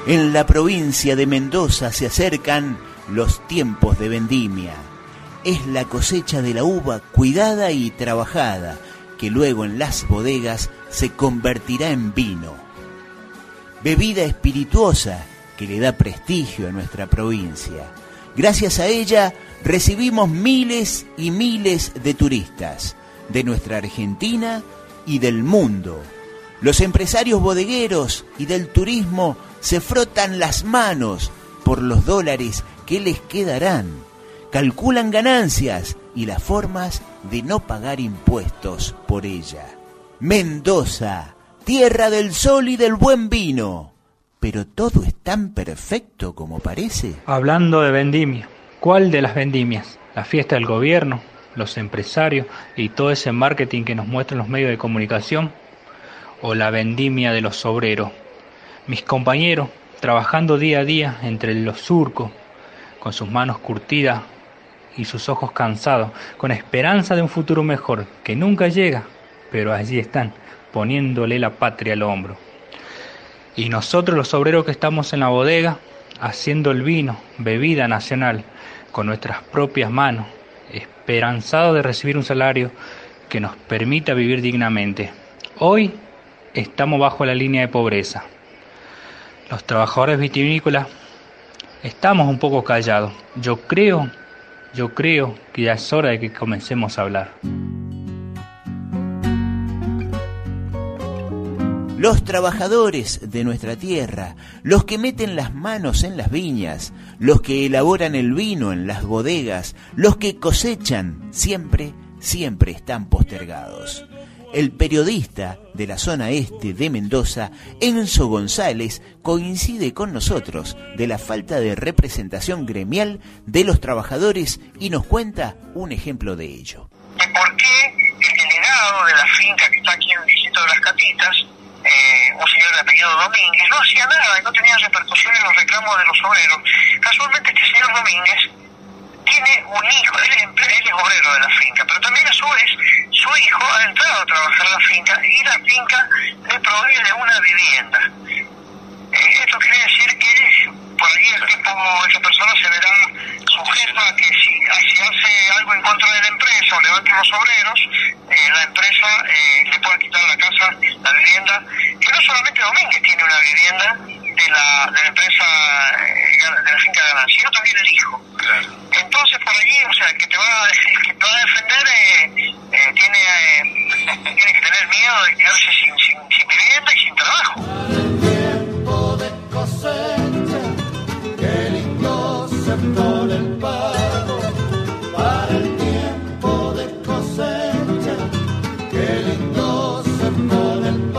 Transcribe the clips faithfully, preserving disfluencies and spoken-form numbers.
En la provincia de Mendoza se acercan los tiempos de vendimia. Es la cosecha de la uva cuidada y trabajada, que luego en las bodegas se convertirá en vino. Bebida espirituosa que le da prestigio a nuestra provincia. Gracias a ella recibimos miles y miles de turistas de nuestra Argentina y del mundo. Los empresarios bodegueros y del turismo se frotan las manos por los dólares que les quedarán. Calculan ganancias y las formas de no pagar impuestos por ella. Mendoza, tierra del sol y del buen vino. Pero todo es tan perfecto como parece. Hablando de vendimia, ¿cuál de las vendimias? ¿La fiesta del gobierno, los empresarios y todo ese marketing que nos muestran los medios de comunicación? ¿O la vendimia de los obreros? Mis compañeros, trabajando día a día entre los surcos, con sus manos curtidas y sus ojos cansados, con esperanza de un futuro mejor que nunca llega, pero allí están, poniéndole la patria al hombro. Y nosotros los obreros que estamos en la bodega, haciendo el vino, bebida nacional, con nuestras propias manos, esperanzados de recibir un salario que nos permita vivir dignamente. Hoy estamos bajo la línea de pobreza. Los trabajadores vitivinícolas estamos un poco callados. Yo creo, yo creo que ya es hora de que comencemos a hablar. Los trabajadores de nuestra tierra, los que meten las manos en las viñas, los que elaboran el vino en las bodegas, los que cosechan, siempre, siempre están postergados. El periodista de la zona este de Mendoza, Enzo González, coincide con nosotros de la falta de representación gremial de los trabajadores y nos cuenta un ejemplo de ello. ¿Por qué el delegado de la finca que está aquí en el distrito de Las Catitas, eh, un señor de apellido Domínguez, no hacía nada y no tenía repercusión en los reclamos de los obreros? Casualmente este señor Domínguez tiene un hijo, él es, él es obrero de la finca, pero también a su vez su hijo ha entrado a trabajar en la finca y la finca le provee de una vivienda. Eh, esto quiere decir que por ahí el tipo, esa persona se verá sujeto a que si, a si hace algo en contra de la empresa o levanta los obreros, eh, la empresa eh, le pueda quitar la casa, la vivienda, que no solamente Domínguez tiene una vivienda de la, de la empresa eh, de la finca Galán, sino también el hijo. Claro. Entonces por allí, o sea, el que te va, el que te va a defender eh, eh, tiene, eh, tiene que tener miedo de quedarse sin, sin, sin vivienda y sin trabajo. Para el tiempo de cosecha, qué lindo se pone el pago. Para el tiempo de cosecha, qué lindo se pone el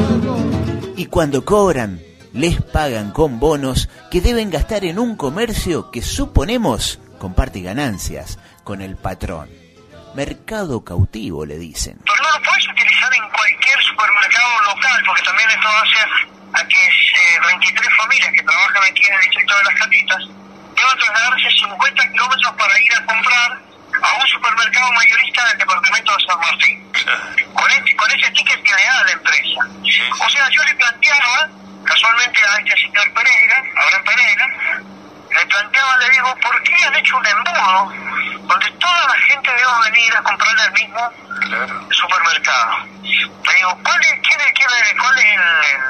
pago. Y cuando cobran, les pagan con bonos que deben gastar en un comercio que suponemos comparte ganancias con el patrón. Mercado cautivo, le dicen. Pero no lo puedes utilizar en cualquier supermercado local, porque también esto hace a que eh, veintitrés familias que trabajan aquí en el distrito de Las Catitas deban trasladarse cincuenta kilómetros para ir a comprar a un supermercado mayorista del departamento de San Martín. Con, este, con ese ticket que le da la empresa. O sea, yo le planteaba casualmente a este señor Pereira, Abraham Pereira, le planteaba, le digo, ¿por qué han hecho un embudo donde toda la gente debe venir a comprarle al mismo claro. supermercado? Le digo, ¿cuál es, quién es, quién es, cuál es el, el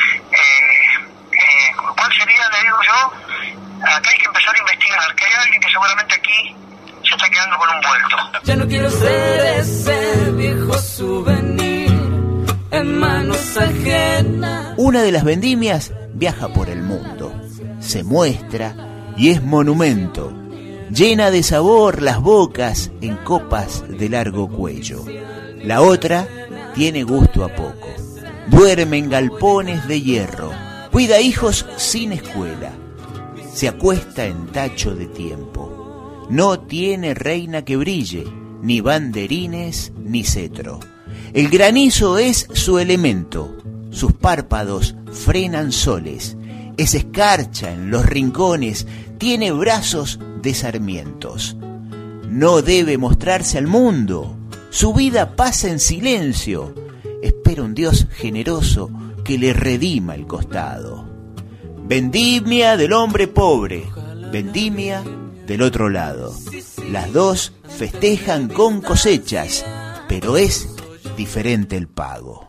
eh, eh, cuál sería, le digo yo, acá hay que empezar a investigar, que hay alguien que seguramente aquí se está quedando con un vuelto. Ya no quiero ser ese viejo souvenir en manos ajenas. Una de las vendimias viaja por el mundo, se muestra y es monumento. Llena de sabor las bocas en copas de largo cuello. La otra tiene gusto a poco. Duerme en galpones de hierro. Cuida hijos sin escuela. Se acuesta en tacho de tiempo. No tiene reina que brille, ni banderines, ni cetro. El granizo es su elemento. Sus párpados frenan soles. Es escarcha en los rincones. Tiene brazos de sarmientos. No debe mostrarse al mundo. Su vida pasa en silencio. Espera un Dios generoso que le redima el costado. Vendimia del hombre pobre, vendimia del otro lado. Las dos festejan con cosechas, pero es diferente el pago.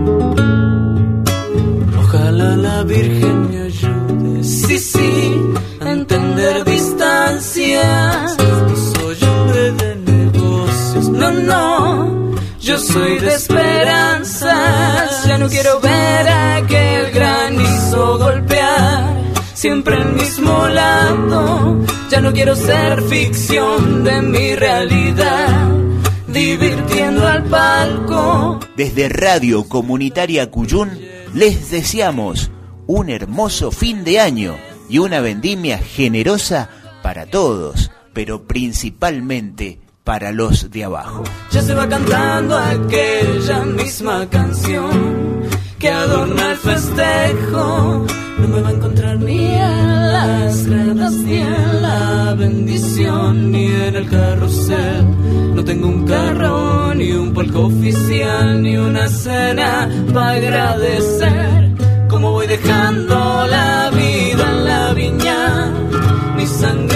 Ojalá la Virgen me ayude, sí, sí, a entender distancias. No soy hombre de negocios, no, no, yo soy de esperanzas. Ya no quiero ver aquel granizo golpear siempre el mismo lado. Ya no quiero ser ficción de mi realidad, divirtiendo al palco. Desde Radio Comunitaria Cuyún les deseamos un hermoso fin de año y una vendimia generosa para todos, pero principalmente para los de abajo. Ya se va cantando aquella misma canción que adorna el festejo. No me va a encontrar ni en las gradas, ni en la bendición, ni en el carrusel. No tengo un carro, ni un palco oficial, ni una cena para agradecer. Como voy dejando la vida en la viña, mi sangre